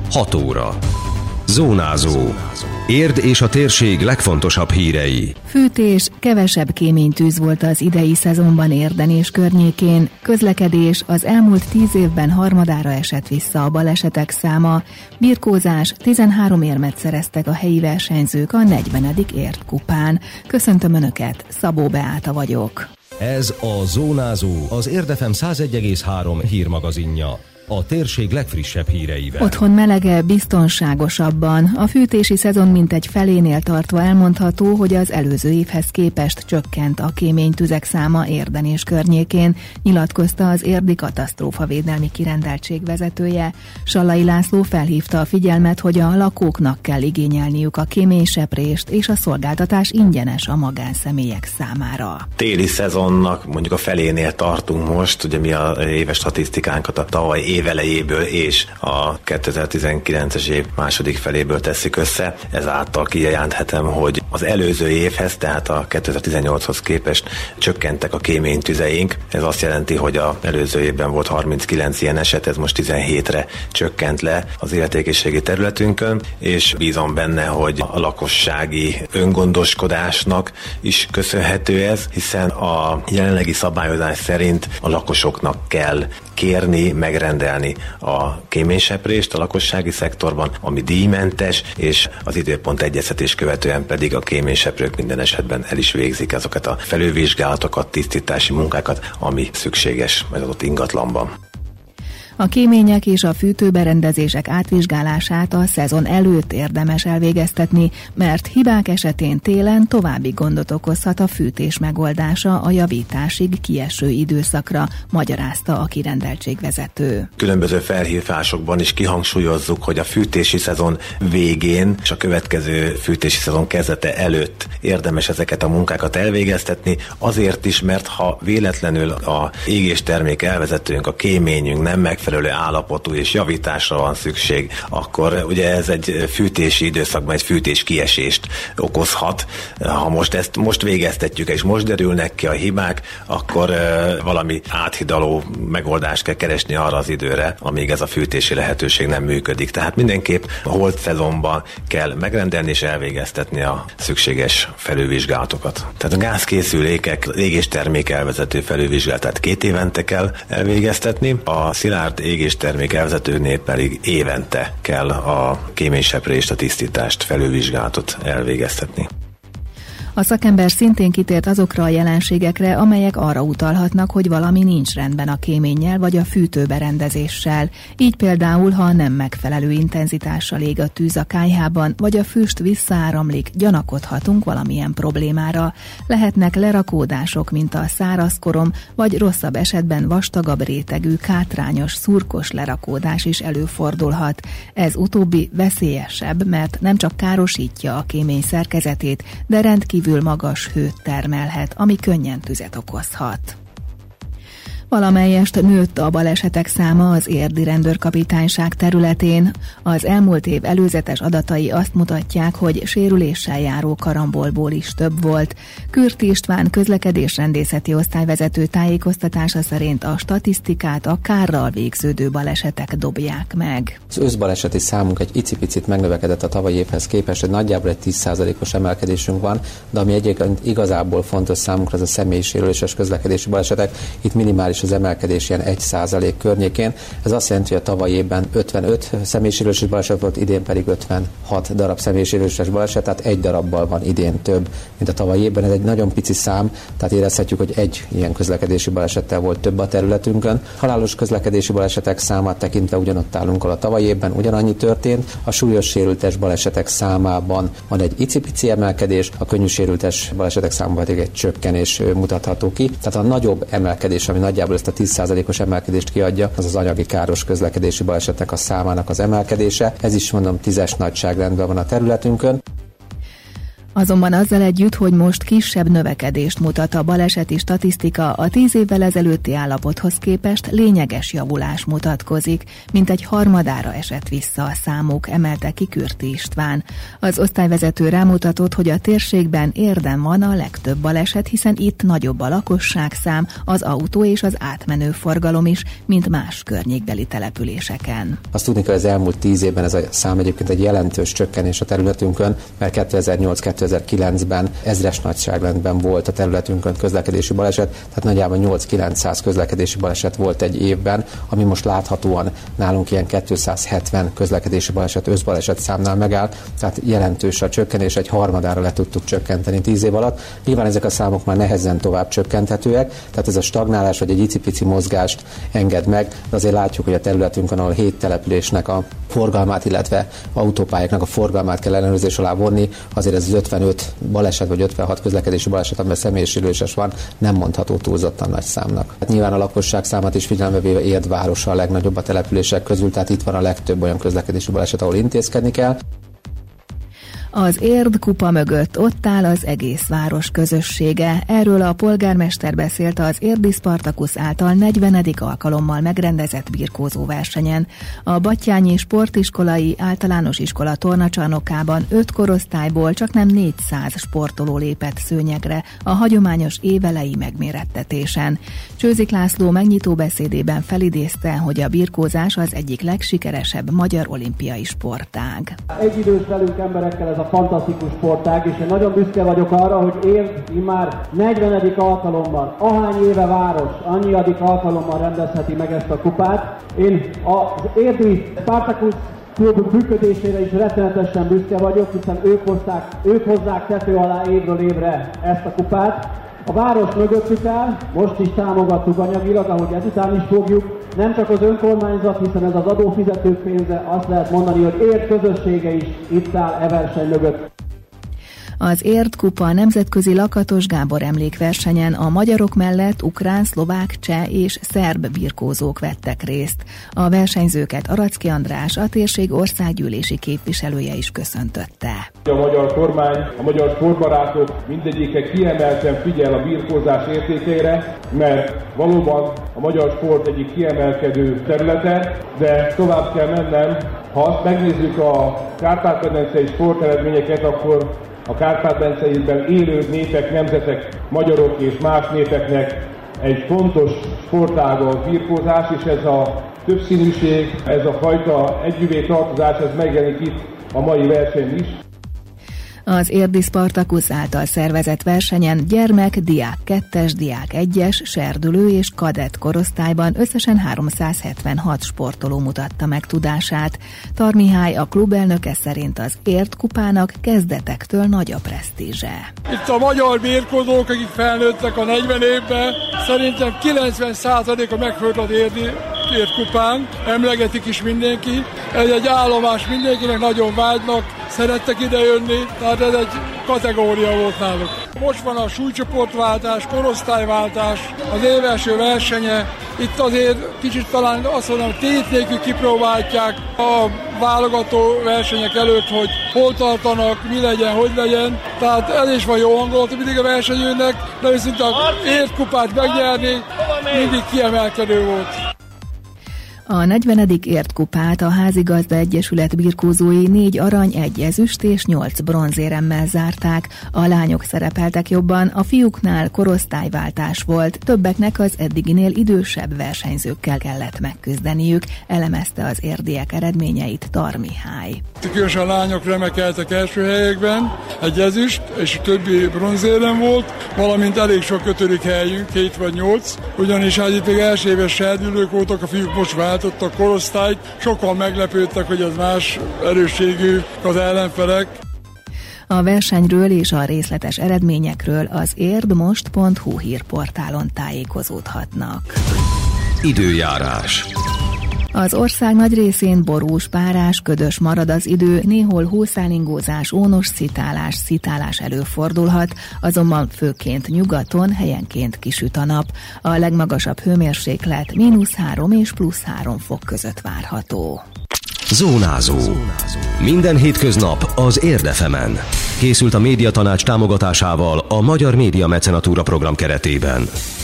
6 óra. Zónázó. Érd és a térség legfontosabb hírei. Fűtés, kevesebb kéménytűz volt az idei szezonban Érden és környékén. Közlekedés, az elmúlt 10 évben harmadára esett vissza a balesetek száma. Birkózás, 13 érmet szereztek a helyi versenyzők a 40. Érd kupán. Köszöntöm Önöket, Szabó Beáta vagyok. Ez a Zónázó, az Érd FM 101,3 hírmagazinja. A térség legfrissebb híreivel. Otthon melege, biztonságosabban. A fűtési szezon mintegy felénél tartva elmondható, hogy az előző évhez képest csökkent a kéménytüzek száma Érden és környékén, nyilatkozta az érdi katasztrófavédelmi kirendeltség vezetője. Sallai László felhívta a figyelmet, hogy a lakóknak kell igényelniük a kéményseprést, és a szolgáltatás ingyenes a magánszemélyek számára. Téli szezonnak mondjuk a felénél tartunk most, ugye mi a éves statisztikánkat a tavaly évelejéből és a 2019-es év második feléből tesszük össze. Ezáltal kijelenthetem, hogy az előző évhez, tehát a 2018-hoz képest csökkentek a kéménytüzeink. Ez azt jelenti, hogy az előző évben volt 39 ilyen eset, ez most 17-re csökkent le az illetékességi területünkön, és bízom benne, hogy a lakossági öngondoskodásnak is köszönhető ez, hiszen a jelenlegi szabályozás szerint a lakosoknak kell kérni, megrendelni a kéményseprést a lakossági szektorban, ami díjmentes, és az időpont egyeztetés követően pedig a kéményseprők minden esetben el is végzik azokat a felülvizsgálatokat, tisztítási munkákat, ami szükséges az adott ingatlanban. A kémények és a fűtőberendezések átvizsgálását a szezon előtt érdemes elvégeztetni, mert hibák esetén télen további gondot okozhat a fűtés megoldása a javításig kieső időszakra, magyarázta a kirendeltségvezető. Különböző felhívásokban is kihangsúlyozzuk, hogy a fűtési szezon végén és a következő fűtési szezon kezdete előtt érdemes ezeket a munkákat elvégeztetni, azért is, mert ha véletlenül a égéstermék elvezetőnk, a kéményünk nem megfelelő állapotú és javításra van szükség, akkor ugye ez egy fűtési időszakban egy fűtés kiesést okozhat. Ha most végeztetjük és most derülnek ki a hibák, akkor valami áthidaló megoldást kell keresni arra az időre, amíg ez a fűtési lehetőség nem működik. Tehát mindenképp holt szezonban kell megrendelni és elvégeztetni a szükséges felülvizsgálatokat. Tehát a gázkészülékek, égéstermék elvezető felülvizsgálatát 2 évente kell elvégeztetni, a szilárd égéstermék elvezetőnél pedig évente kell a kéményseprést, a tisztítást, felülvizsgálatot elvégeztetni. A szakember szintén kitért azokra a jelenségekre, amelyek arra utalhatnak, hogy valami nincs rendben a kéménnyel vagy a fűtőberendezéssel. Így például, ha nem megfelelő intenzitással ég a tűz a kályhában, vagy a füst visszaáramlik, gyanakodhatunk valamilyen problémára. Lehetnek lerakódások, mint a szárazkorom, vagy rosszabb esetben vastagabb rétegű, kátrányos, szurkos lerakódás is előfordulhat. Ez utóbbi veszélyesebb, mert nem csak károsítja a kémény szerkezetét, de rendkívül magas hőt termelhet, ami könnyen tüzet okozhat. Valamelyest nőtt a balesetek száma az érdi rendőrkapitányság területén. Az elmúlt év előzetes adatai azt mutatják, hogy sérüléssel járó karambolból is több volt. Kürti István közlekedésrendészeti osztályvezető tájékoztatása szerint a statisztikát a kárral végződő balesetek dobják meg. Az összbaleseti számunk egy icipicit megnövekedett a tavalyi évhez képest, hogy nagyjából egy 10%-os emelkedésünk van, de ami egyébként igazából fontos számunkra, az a személyi sérüléses közlekedési balesetek. Itt minimális az emelkedés ilyen 1% környékén. Ez azt jelenti, hogy a tavalyi évben 55 személysérüléses baleset volt, idén pedig 56 darab személysérüléses baleset, tehát egy darabbal van idén több, mint a tavalyi évben. Ez egy nagyon pici szám, tehát érezhetjük, hogy egy ilyen közlekedési balesettel volt több a területünkön. Halálos közlekedési balesetek számát tekintve ugyanott állunk, a tavalyi évben ugyanannyi történt. A súlyos sérültes balesetek számában van egy icipici emelkedés, a könnyű sérültes balesetek számában pedig egy csökkenés mutatható ki. Tehát a nagyobb emelkedés, ami nagyjából ezt a 10%-os emelkedést kiadja, az az anyagi káros közlekedési balesetek a számának az emelkedése. Ez is mondom 10-es nagyságrendben van a területünkön. Azonban azzal együtt, hogy most kisebb növekedést mutat a baleseti statisztika, a 10 évvel ezelőtti állapothoz képest lényeges javulás mutatkozik, mint egy harmadára esett vissza a számuk, emelte ki Kürti István. Az osztályvezető rámutatott, hogy a térségben Érden van a legtöbb baleset, hiszen itt nagyobb a lakosságszám, az autó és az átmenő forgalom is, mint más környékbeli településeken. Azt tudni kell, hogy az elmúlt 10 évben ez a szám egyébként egy jelentős csökkenés a területünkön, mert 2008-2009-ben ezres nagyságrendben volt a területünkön közlekedési baleset, tehát nagyjából 8-900 közlekedési baleset volt egy évben, ami most láthatóan nálunk ilyen 270 közlekedési baleset, összbaleset számnál megáll, tehát jelentős a csökkenés, egy harmadára le tudtuk csökkenteni 10 év alatt. Nyilván ezek a számok már nehezen tovább csökkenthetőek, tehát ez a stagnálás vagy egy icipici mozgást enged meg, de azért látjuk, hogy a területünkön, ahol 7 településnek a forgalmát, illetve autópályáknak a forgalmát kell ellenőrzés alá vonni, azért ez az 55 baleset vagy 56 közlekedési baleset, amiben személyisérüléses van, nem mondható túlzottan nagy számnak. Hát nyilván a lakosság számát is figyelembe véve Érd városa a legnagyobb a települések közül, tehát itt van a legtöbb olyan közlekedési baleset, ahol intézkedni kell. Az Érd kupa mögött ott áll az egész város közössége. Erről a polgármester beszélt az Érdi Spartacus által 40. alkalommal megrendezett birkózó versenyen. A Batthyányi Sportiskolai Általános Iskola tornacsarnokában 5 korosztályból csaknem 400 sportoló lépett szőnyegre a hagyományos évelei megmérettetésen. Csőzik László megnyitó beszédében felidézte, hogy a birkózás az egyik legsikeresebb magyar olimpiai sportág. Egyidős velünk emberekkel ez a fantasztikus sportág, és én nagyon büszke vagyok arra, hogy Érd immár 40. alkalommal, ahány éve város, annyiadik alkalommal rendezheti meg ezt a kupát. Én az Érdi Spartacus klub működésére is rettenetesen büszke vagyok, hiszen ők hozzák tető alá évről évre ezt a kupát. A város mögöttük áll, most is támogattuk anyagilag, ahogy ezután is fogjuk. Nem csak az önkormányzat, hiszen ez az adófizetők pénze, azt lehet mondani, hogy Érd közössége is itt áll verseny mögött. Az Érd kupa nemzetközi Lakatos Gábor emlékversenyen a magyarok mellett ukrán, szlovák, cseh és szerb birkózók vettek részt. A versenyzőket Aracki András, a térség országgyűlési képviselője is köszöntötte. A magyar kormány, a magyar sportbarátok mindegyike kiemelten figyel a birkózás értékeire, mert valóban a magyar sport egyik kiemelkedő területe, de tovább kell mennem. Ha azt megnézzük a kárpát-medencei sporteredményeket, akkor a Kárpát-medencében élő népek, nemzetek, magyarok és más népeknek egy fontos sportág a birkózás, és ez a többszínűség, ez a fajta együvé tartozás, ez megjelenik itt a mai versenyen is. Az Érdi Spartacus által szervezett versenyen gyermek, diák 2-es, diák 1-es, serdülő és kadett korosztályban összesen 376 sportoló mutatta meg tudását. Tar Mihály, a klubelnöke szerint az Érd kupának kezdetektől nagy a presztízse. Itt a magyar birkózók, akik felnőttek a 40 évben, szerintem 90%-a megfordult az Érd kupán, emlegetik is mindenki. Ez egy állomás, mindenkinek nagyon vágynak, szerettek ide jönni, tehát ez egy kategória volt náluk. Most van a súlycsoportváltás, korosztályváltás, az év első versenye. Itt azért kicsit talán azt mondom, tét nélkül kipróbálják a válogató versenyek előtt, hogy hol tartanak, mi legyen, hogy legyen. Tehát ez is van jó hangulat mindig a versenyőnek, de viszont az Érd kupát megnyerni mindig kiemelkedő volt. A 40. Érd kupát a Házigazda Egyesület birkózói 4 arany, 1 ezüst és 8 bronzéremmel zárták. A lányok szerepeltek jobban, a fiúknál korosztályváltás volt, többeknek az eddiginél idősebb versenyzőkkel kellett megküzdeniük, elemezte az érdiek eredményeit Tar Mihály. Különösen a lányok remekeltek első helyekben, 1 ezüst és a többi bronzérem volt, valamint elég sok 5. helyünk, 7 vagy 8, ugyanis hát itt még első éves serdülők voltak, a fiúk most váltottak a korosztályt, sokan meglepődtek, hogy ez más erősségű az ellenfelek. A versenyről és a részletes eredményekről az érdmost.hu hírportálon tájékozódhatnak. Időjárás. Az ország nagy részén borús, párás, ködös marad az idő, néhol hószálingózás, ónos szitálás előfordulhat, azonban főként nyugaton helyenként kisüt a nap. A legmagasabb hőmérséklet -3 és +3 fok között várható. Zónázó. Minden hétköznap az Érd FM-en. Készült a Médiatanács támogatásával a Magyar Média Mecenatúra program keretében.